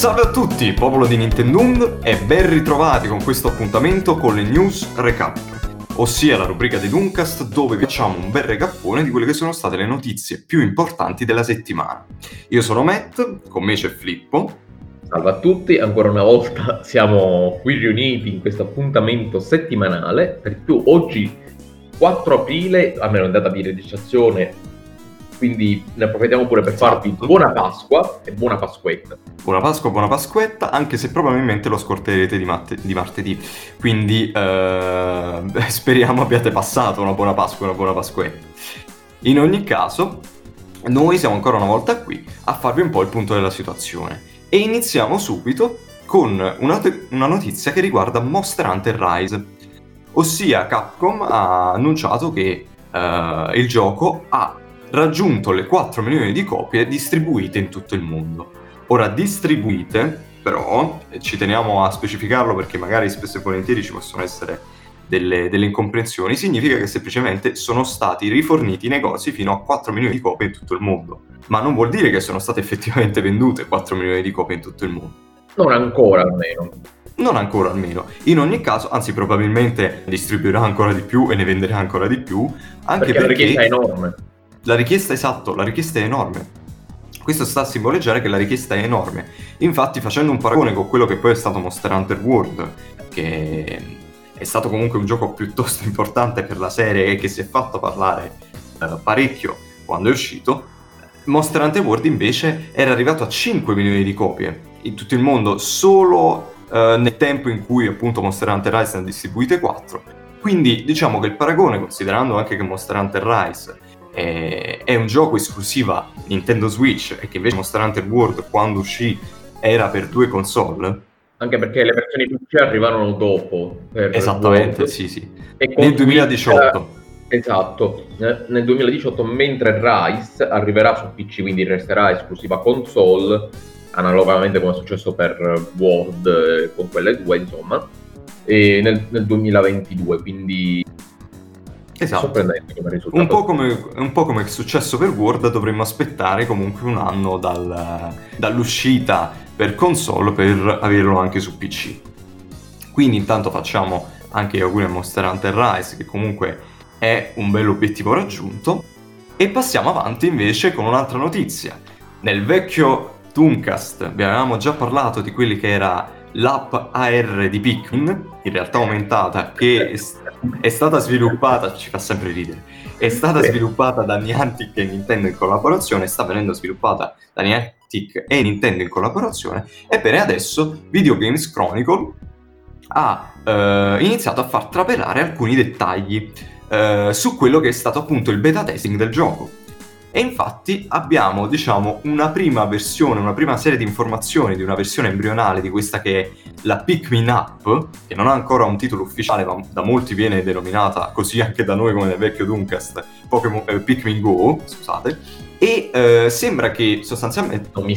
Salve a tutti, popolo di Nintendum, e ben ritrovati con questo appuntamento con le News Recap, ossia la rubrica di Dooncast dove vi facciamo un bel recappone di quelle che sono state le notizie più importanti della settimana. Io sono Matt, con me c'è Flippo. Salve a tutti, ancora una volta siamo qui riuniti in questo appuntamento settimanale, per più oggi 4 aprile, almeno in data di registrazione, quindi ne approfittiamo pure per farvi buona Pasqua e buona Pasquetta. Buona Pasqua, buona Pasquetta, anche se probabilmente lo ascolterete di martedì, quindi speriamo abbiate passato una buona Pasqua e una buona Pasquetta. In ogni caso, noi siamo ancora una volta qui a farvi un po' il punto della situazione e iniziamo subito con una notizia che riguarda Monster Hunter Rise, ossia Capcom ha annunciato che il gioco ha raggiunto le 4 milioni di copie distribuite in tutto il mondo. Ora, distribuite, però, ci teniamo a specificarlo perché magari spesso e volentieri ci possono essere delle incomprensioni, significa che semplicemente sono stati riforniti i negozi fino a 4 milioni di copie in tutto il mondo. Ma non vuol dire che sono state effettivamente vendute 4 milioni di copie in tutto il mondo. Non ancora, almeno. Non ancora almeno. In ogni caso, anzi probabilmente distribuirà ancora di più e ne venderà ancora di più, anche perché la richiesta è enorme. La richiesta è enorme. Questo sta a simboleggiare che la richiesta è enorme. Infatti, facendo un paragone con quello che poi è stato Monster Hunter World, che è stato comunque un gioco piuttosto importante per la serie e che si è fatto parlare parecchio quando è uscito, Monster Hunter World invece era arrivato a 5 milioni di copie in tutto il mondo solo nel tempo in cui appunto Monster Hunter Rise ne ha distribuite 4. Quindi diciamo che il paragone, considerando anche che Monster Hunter Rise è un gioco esclusiva Nintendo Switch e che invece Monster Hunter World quando uscì era per 2 console, anche perché le versioni PC arrivarono dopo esattamente, sì e nel 2018 esatto, nel 2018, mentre Rise arriverà su PC, quindi resterà esclusiva console, analogamente come è successo per World con quelle due, insomma, e nel 2022, quindi esatto. sorprendente come risultato. Un po' come è successo per World, dovremmo aspettare comunque un anno dall'uscita per console per averlo anche su PC. Quindi intanto facciamo anche gli auguri a Monster Hunter Rise, che comunque è un bel obiettivo raggiunto, e passiamo avanti invece con un'altra notizia. Nel vecchio Dooncast vi avevamo già parlato di quelli che era l'app AR di Pikmin, in realtà aumentata, che è stata sviluppata, ci fa sempre ridere, è stata sviluppata da Niantic e Nintendo in collaborazione, sta venendo sviluppata da Niantic e Nintendo in collaborazione, ebbene adesso Video Games Chronicle ha iniziato a far trapelare alcuni dettagli su quello che è stato appunto il beta testing del gioco. E infatti abbiamo, diciamo, una prima versione, una prima serie di informazioni di una versione embrionale di questa che è la Pikmin App, che non ha ancora un titolo ufficiale, ma da molti viene denominata così anche da noi come nel vecchio Dooncast, Pikmin Go, scusate, e sembra che sostanzialmente... Nomi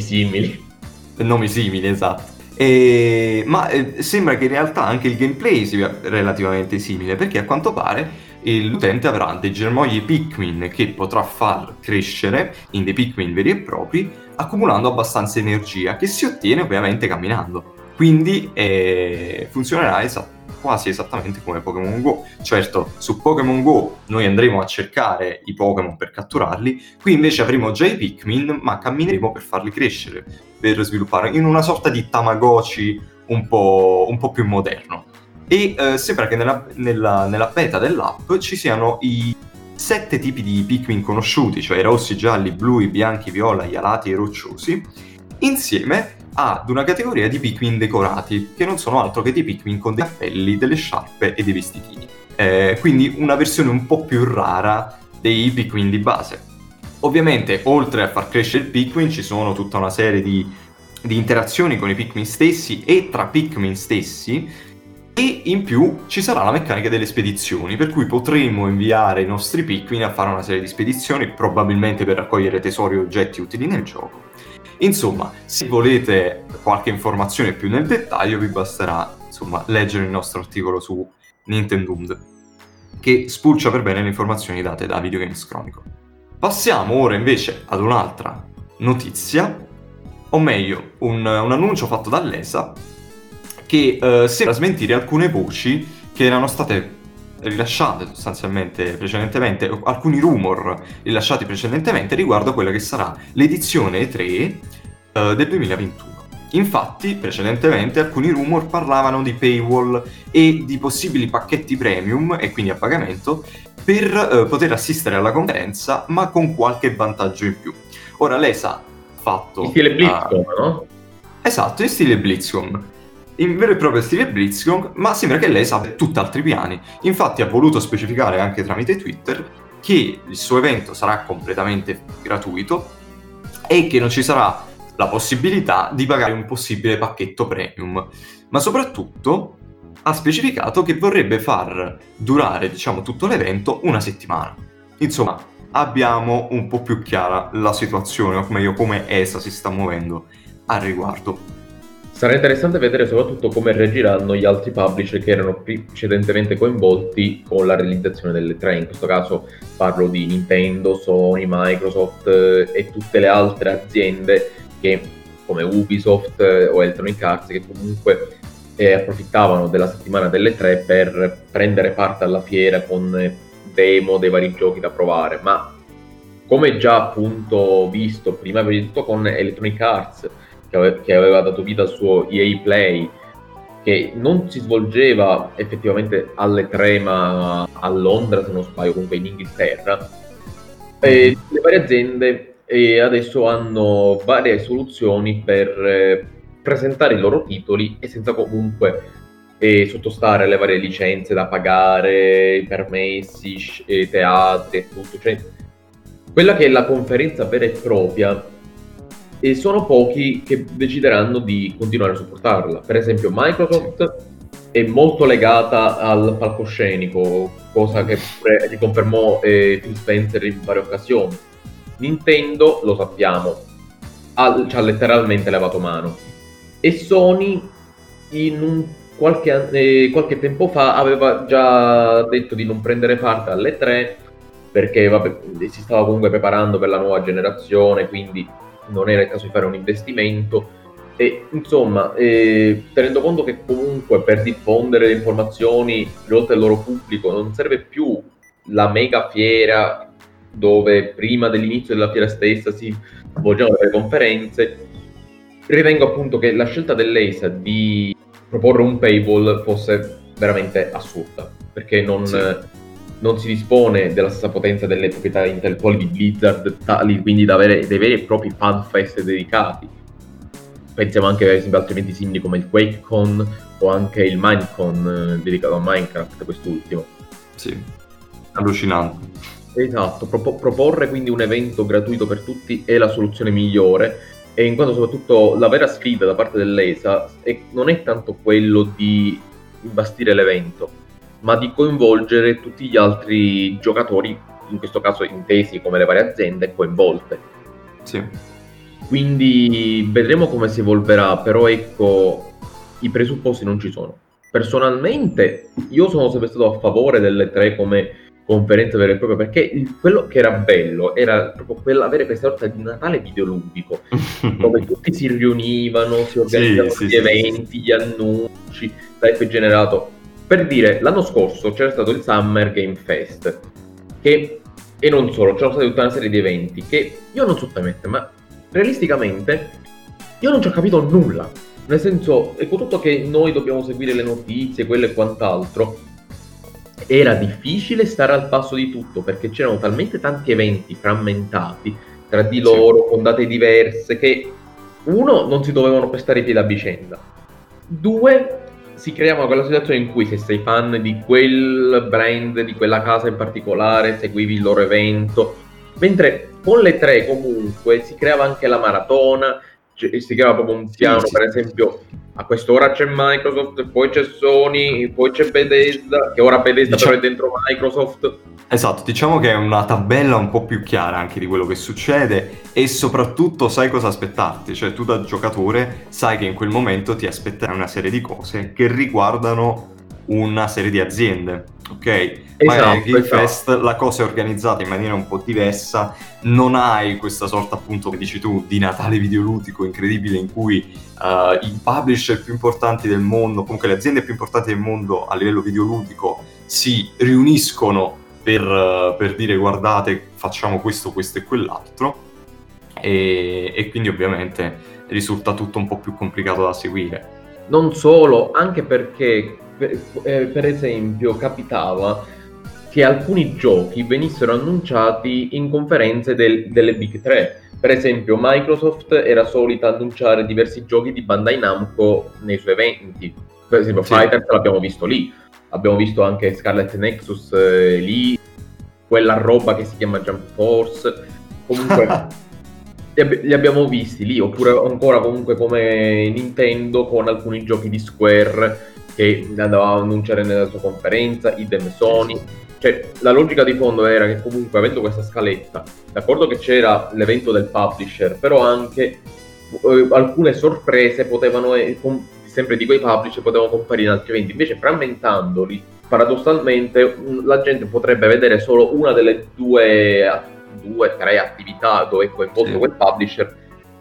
simili, esatto. Ma sembra che in realtà anche il gameplay sia relativamente simile, perché a quanto pare l'utente avrà dei germogli Pikmin che potrà far crescere in dei Pikmin veri e propri, accumulando abbastanza energia che si ottiene ovviamente camminando. Quindi funzionerà quasi esattamente come Pokémon Go. Certo, su Pokémon Go noi andremo a cercare i Pokémon per catturarli, qui invece avremo già i Pikmin, ma cammineremo per farli crescere, per sviluppare in una sorta di Tamagotchi un po' più moderno. E sembra che nella beta dell'app ci siano i 7 tipi di Pikmin conosciuti, cioè i rossi, i gialli, i blu, i bianchi, i viola, gli alati e i rocciosi, insieme ad una categoria di Pikmin decorati, che non sono altro che dei Pikmin con dei cappelli, delle sciarpe e dei vestitini. Quindi una versione un po' più rara dei Pikmin di base. Ovviamente, oltre a far crescere il Pikmin, ci sono tutta una serie di interazioni con i Pikmin stessi e tra Pikmin stessi, e in più ci sarà la meccanica delle spedizioni, per cui potremo inviare i nostri Pikmin a fare una serie di spedizioni, probabilmente per raccogliere tesori e oggetti utili nel gioco. Insomma, se volete qualche informazione più nel dettaglio, vi basterà leggere il nostro articolo su Nintendum, che spulcia per bene le informazioni date da Video Games Chronicle. Passiamo ora invece ad un'altra notizia, o meglio, un annuncio fatto dall'ESA che sembra smentire alcune voci che erano state rilasciate sostanzialmente precedentemente, alcuni rumor rilasciati precedentemente riguardo a quella che sarà l'edizione E3 del 2021. Infatti, precedentemente alcuni rumor parlavano di paywall e di possibili pacchetti premium, e quindi a pagamento, per poter assistere alla conferenza, ma con qualche vantaggio in più. Ora l'ESA ha fatto... In stile BlizzCon, no? Esatto, in stile BlizzCon. In vero e proprio stile BlizzCon, ma sembra che l'ESA abbia tutt'altri piani. Infatti ha voluto specificare anche tramite Twitter che il suo evento sarà completamente gratuito e che non ci sarà la possibilità di pagare un possibile pacchetto premium, ma soprattutto ha specificato che vorrebbe far durare, diciamo, tutto l'evento una settimana. Insomma, abbiamo un po' più chiara la situazione, o meglio come ESA si sta muovendo al riguardo. Sarà interessante vedere soprattutto come reagiranno gli altri publisher che erano precedentemente coinvolti con la realizzazione delle 3. In questo caso parlo di Nintendo, Sony, Microsoft e tutte le altre aziende che, come Ubisoft o Electronic Arts, che comunque approfittavano della settimana delle 3 per prendere parte alla fiera con demo dei vari giochi da provare. Ma come già appunto visto prima di tutto con Electronic Arts, che aveva dato vita al suo EA Play, che non si svolgeva effettivamente alle 3 ma a Londra, se non sbaglio, comunque in Inghilterra, le varie aziende adesso hanno varie soluzioni per presentare i loro titoli e senza comunque sottostare alle varie licenze da pagare, permessi, teatri e tutto. Cioè, quella che è la conferenza vera e propria, e sono pochi che decideranno di continuare a supportarla. Per esempio Microsoft è molto legata al palcoscenico, cosa che riconfermò Phil Spencer in varie occasioni. Nintendo, lo sappiamo, ci ha letteralmente levato mano, e Sony qualche tempo fa aveva già detto di non prendere parte alle 3 perché si stava comunque preparando per la nuova generazione, quindi non era il caso di fare un investimento. E insomma, tenendo conto che comunque per diffondere le informazioni rivolte al loro pubblico non serve più la mega fiera dove prima dell'inizio della fiera stessa si svolgevano le conferenze, ritengo appunto che la scelta dell'ESA di proporre un paywall fosse veramente assurda, perché non si dispone della stessa potenza delle proprietà intellettuali di Blizzard, tali quindi da avere dei veri e propri fan fest dedicati. Pensiamo anche ad esempio a altri eventi simili come il QuakeCon o anche il Minecon dedicato a Minecraft, quest'ultimo. Sì, allucinante. Esatto, proporre quindi un evento gratuito per tutti è la soluzione migliore, e in quanto soprattutto la vera sfida da parte dell'ESA non è tanto quello di imbastire l'evento, ma di coinvolgere tutti gli altri giocatori, in questo caso intesi come le varie aziende coinvolte. Sì. Quindi vedremo come si evolverà, però ecco, i presupposti non ci sono. Personalmente io sono sempre stato a favore delle 3 come conferenza vera e propria, perché quello che era bello era proprio avere questa sorta di Natale videoludico dove tutti si riunivano, si organizzavano gli eventi, gli annunci, l'hype generato. Per dire, l'anno scorso c'era stato il Summer Game Fest, e non solo, c'erano stati tutta una serie di eventi che io non so permettere, ma realisticamente io non ci ho capito nulla. Nel senso, è con tutto che noi dobbiamo seguire le notizie, quello e quant'altro, era difficile stare al passo di tutto, perché c'erano talmente tanti eventi frammentati tra di loro, con date diverse, che uno, non si dovevano pestare i piedi a vicenda, due, si creava quella situazione in cui se sei fan di quel brand, di quella casa in particolare, seguivi il loro evento, mentre con le 3 comunque si creava anche la maratona, si creava proprio un piano, per esempio a quest'ora c'è Microsoft, poi c'è Sony, poi c'è Bethesda, che ora Bethesda però è dentro Microsoft. Esatto, diciamo che è una tabella un po' più chiara anche di quello che succede, e soprattutto sai cosa aspettarti, cioè tu da giocatore sai che in quel momento ti aspetterai una serie di cose che riguardano una serie di aziende, ok? Esatto, Magari Game esatto. Fest la cosa è organizzata in maniera un po' diversa, non hai questa sorta, appunto, che dici tu, di Natale videoludico incredibile in cui i publisher più importanti del mondo, comunque le aziende più importanti del mondo a livello videoludico si riuniscono per dire guardate, facciamo questo, questo e quell'altro, e quindi ovviamente risulta tutto un po' più complicato da seguire. Non solo, anche perché, per esempio, capitava che alcuni giochi venissero annunciati in conferenze delle Big 3. Per esempio, Microsoft era solita annunciare diversi giochi di Bandai Namco nei suoi eventi. Per esempio, Sì. Fighters l'abbiamo visto lì. Abbiamo visto anche Scarlet Nexus lì, quella roba che si chiama Jump Force. Comunque, li abbiamo visti lì, oppure ancora comunque come Nintendo con alcuni giochi di Square che andava a annunciare nella sua conferenza, idem Sony. Cioè, la logica di fondo era che comunque, avendo questa scaletta, d'accordo che c'era l'evento del publisher, però anche alcune sorprese potevano, sempre di quei publisher, potevano comparire in altri eventi. Invece, frammentandoli, paradossalmente, la gente potrebbe vedere solo una delle due, tre attività dove è coinvolto Sì. quel publisher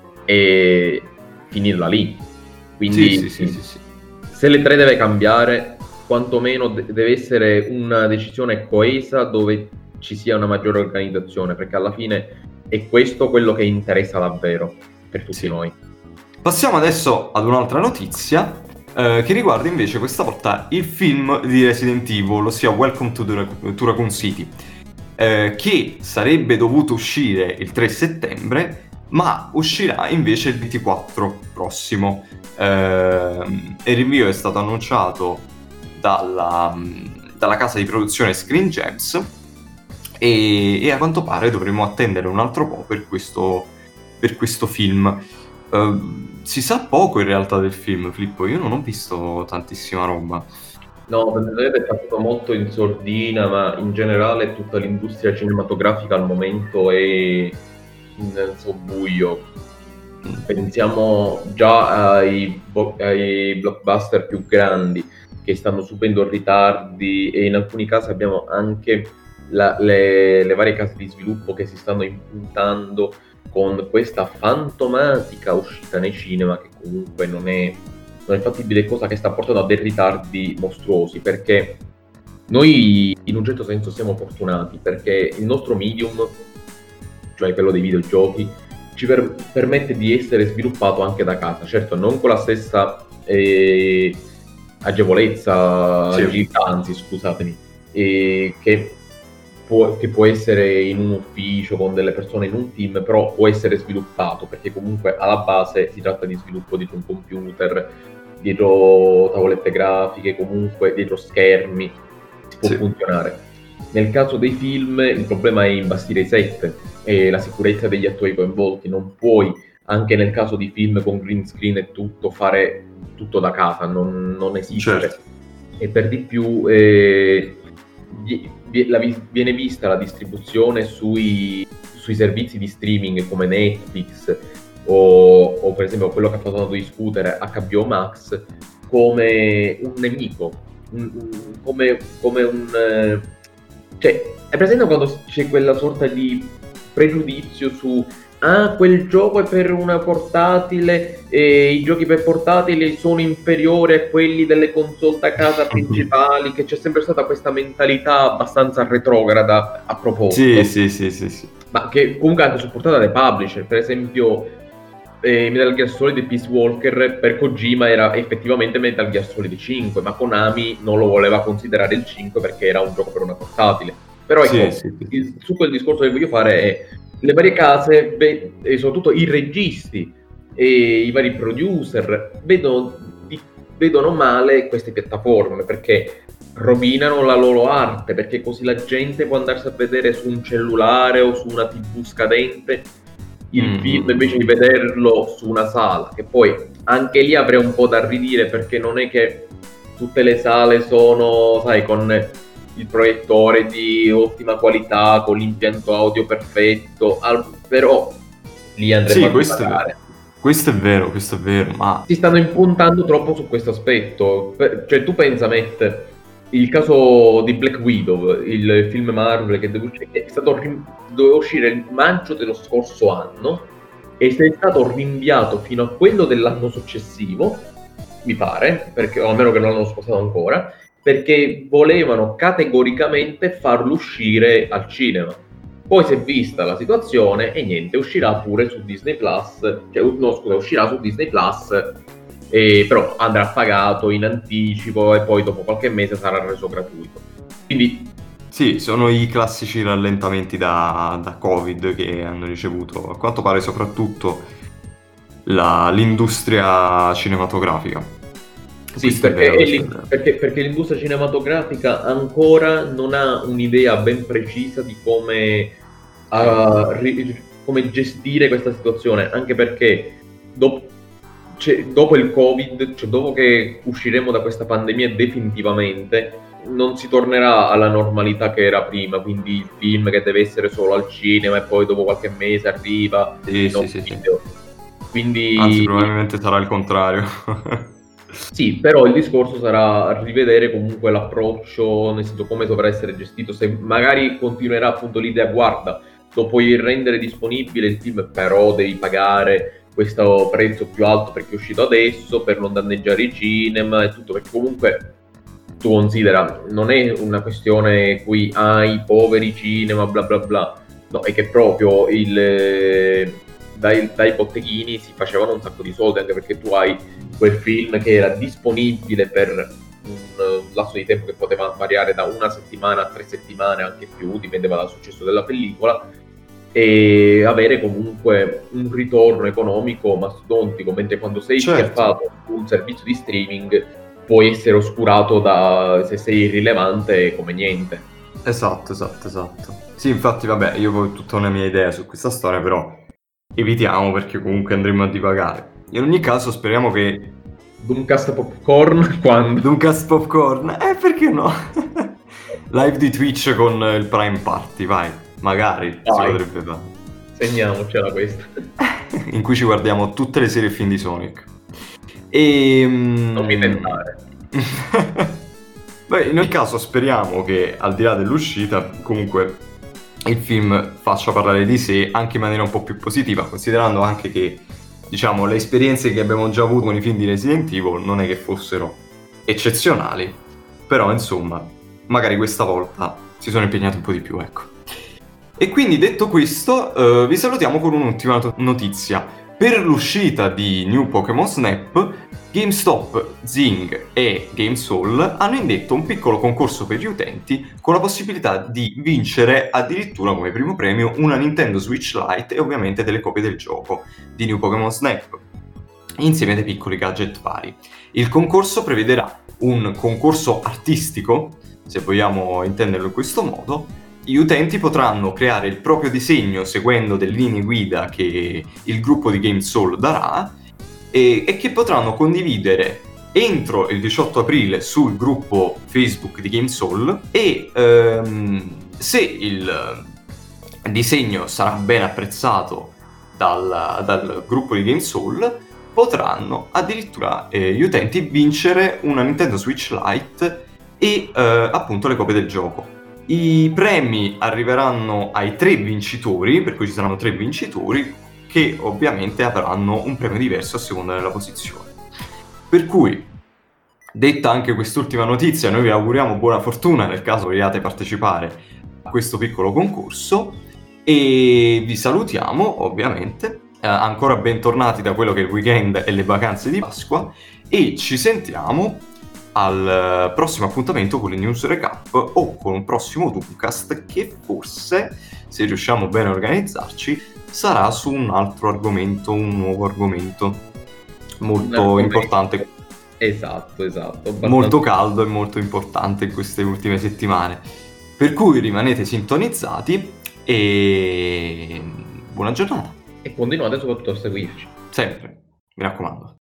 e finirla lì. Quindi, Sì. se le 3 deve cambiare, quantomeno deve essere una decisione coesa dove ci sia una maggiore organizzazione, perché alla fine è questo quello che interessa davvero per tutti noi. Passiamo adesso ad un'altra notizia che riguarda invece questa volta il film di Resident Evil, ossia Welcome to Raccoon City, che sarebbe dovuto uscire il 3 settembre, ma uscirà invece il 24 prossimo. Il rinvio è stato annunciato dalla casa di produzione Screen Gems e a quanto pare dovremo attendere un altro po' per questo film. Si sa poco in realtà del film, Filippo, io non ho visto tantissima roba. No, praticamente è passato molto in sordina, ma in generale tutta l'industria cinematografica al momento è in sobbuio. Pensiamo già ai blockbuster più grandi che stanno subendo ritardi, e in alcuni casi abbiamo anche le varie case di sviluppo che si stanno impuntando con questa fantomatica uscita nei cinema, che comunque non è fattibile, cosa che sta portando a dei ritardi mostruosi, perché noi in un certo senso siamo fortunati perché il nostro medium, cioè quello dei videogiochi, ci permette di essere sviluppato anche da casa, certo non con la stessa agevolezza, agilità, anzi scusatemi, che può essere in un ufficio con delle persone in un team, però può essere sviluppato, perché comunque alla base si tratta di sviluppo dietro un computer, dietro tavolette grafiche, comunque dietro schermi, si può funzionare. Nel caso dei film il problema è imbastire i set e la sicurezza degli attori coinvolti. Non puoi, anche nel caso di film con green screen e tutto, fare tutto da casa, non esiste. Certo. E per di più viene vista la distribuzione sui servizi di streaming come Netflix o per esempio quello che ha fatto di Scooter, HBO Max, come un nemico, come un cioè, è presente quando c'è quella sorta di pregiudizio su quel gioco è per una portatile e i giochi per portatili sono inferiori a quelli delle console da casa principali, che c'è sempre stata questa mentalità abbastanza retrograda a proposito. Sì. Ma che comunque è anche supportata dai publisher. Per esempio Metal Gear Solid Peace Walker per Kojima era effettivamente Metal Gear Solid 5, ma Konami non lo voleva considerare il 5 perché era un gioco per una portatile. Però ecco, su quel discorso che voglio fare è le varie case e soprattutto i registi e i vari producer vedono male queste piattaforme, perché rovinano la loro arte, perché così la gente può andarsi a vedere su un cellulare o su una TV scadente il film invece di vederlo su una sala, che poi anche lì avrei un po' da ridire, perché non è che tutte le sale sono, sai, con il proiettore di ottima qualità, con l'impianto audio perfetto, però lì andremo a pagare. Questo è vero, ma si stanno impuntando troppo su questo aspetto. Cioè, tu pensa, Matt, il caso di Black Widow, il film Marvel che doveva uscire il maggio dello scorso anno e è stato rinviato fino a quello dell'anno successivo, mi pare, perché, o almeno che non l'hanno spostato ancora, perché volevano categoricamente farlo uscire al cinema. Poi si è vista la situazione e niente, uscirà pure su Disney Plus, uscirà su Disney Plus, però andrà pagato in anticipo e poi dopo qualche mese sarà reso gratuito. Quindi sì, sono i classici rallentamenti da Covid che hanno ricevuto, a quanto pare, soprattutto l'industria cinematografica. sì, perché l'industria cinematografica ancora non ha un'idea ben precisa di come gestire questa situazione, anche perché dopo il Covid, cioè dopo che usciremo da questa pandemia definitivamente, non si tornerà alla normalità che era prima, quindi il film che deve essere solo al cinema e poi dopo qualche mese arriva Sì. video. Quindi Anzi, probabilmente sarà il contrario. sì, però il discorso sarà rivedere comunque l'approccio, nel senso come dovrà essere gestito, se magari continuerà appunto l'idea, guarda, lo puoi rendere disponibile il film, però devi pagare questo prezzo più alto perché è uscito adesso, per non danneggiare i cinema e tutto, perché comunque tu considera, non è una questione qui, i poveri cinema, bla bla bla, no, è che proprio dai botteghini si facevano un sacco di soldi, anche perché tu hai quel film che era disponibile per un lasso di tempo che poteva variare da 1 settimana a 3 settimane, anche più, dipendeva dal successo della pellicola, e avere comunque un ritorno economico mastodontico, mentre quando sei schiaffato su un servizio di streaming puoi essere oscurato se sei irrilevante come niente. Esatto. Sì, infatti, vabbè, io ho tutta una mia idea su questa storia, però evitiamo perché comunque andremo a divagare. In ogni caso speriamo che Doomcast Popcorn quando? Doomcast Popcorn? Perché no? Live di Twitch con il Prime Party, vai. Magari si potrebbe fare. Segniamocela questa. In cui ci guardiamo tutte le serie e film di Sonic. Non mi tentare. Beh, in ogni caso speriamo che al di là dell'uscita comunque il film faccia parlare di sé anche in maniera un po' più positiva, considerando anche che, diciamo, le esperienze che abbiamo già avuto con i film di Resident Evil non è che fossero eccezionali, però insomma magari questa volta si sono impegnati un po' di più, ecco. E quindi, detto questo, vi salutiamo con un'ultima notizia. Per l'uscita di New Pokémon Snap, GameStop, Zing e GameSol hanno indetto un piccolo concorso per gli utenti con la possibilità di vincere addirittura come primo premio una Nintendo Switch Lite e ovviamente delle copie del gioco di New Pokémon Snap, insieme a dei piccoli gadget vari. Il concorso prevederà un concorso artistico, se vogliamo intenderlo in questo modo. Gli utenti potranno creare il proprio disegno seguendo delle linee guida che il gruppo di GameSol darà e che potranno condividere entro il 18 aprile sul gruppo Facebook di GameSol e se il disegno sarà ben apprezzato dal gruppo di GameSol, potranno addirittura gli utenti vincere una Nintendo Switch Lite e appunto le copie del gioco. I premi arriveranno ai 3 vincitori, per cui ci saranno 3 vincitori che ovviamente avranno un premio diverso a seconda della posizione. Per cui, detta anche quest'ultima notizia, noi vi auguriamo buona fortuna nel caso vogliate partecipare a questo piccolo concorso e vi salutiamo ovviamente, ancora bentornati da quello che è il weekend e le vacanze di Pasqua, e ci sentiamo al prossimo appuntamento con le news recap o con un prossimo Doomcast che forse, se riusciamo bene a organizzarci, sarà su un altro argomento, un nuovo argomento molto importante. Esatto. Molto caldo e molto importante in queste ultime settimane. Per cui rimanete sintonizzati e buona giornata. E continuate soprattutto a seguirci. Sempre, mi raccomando.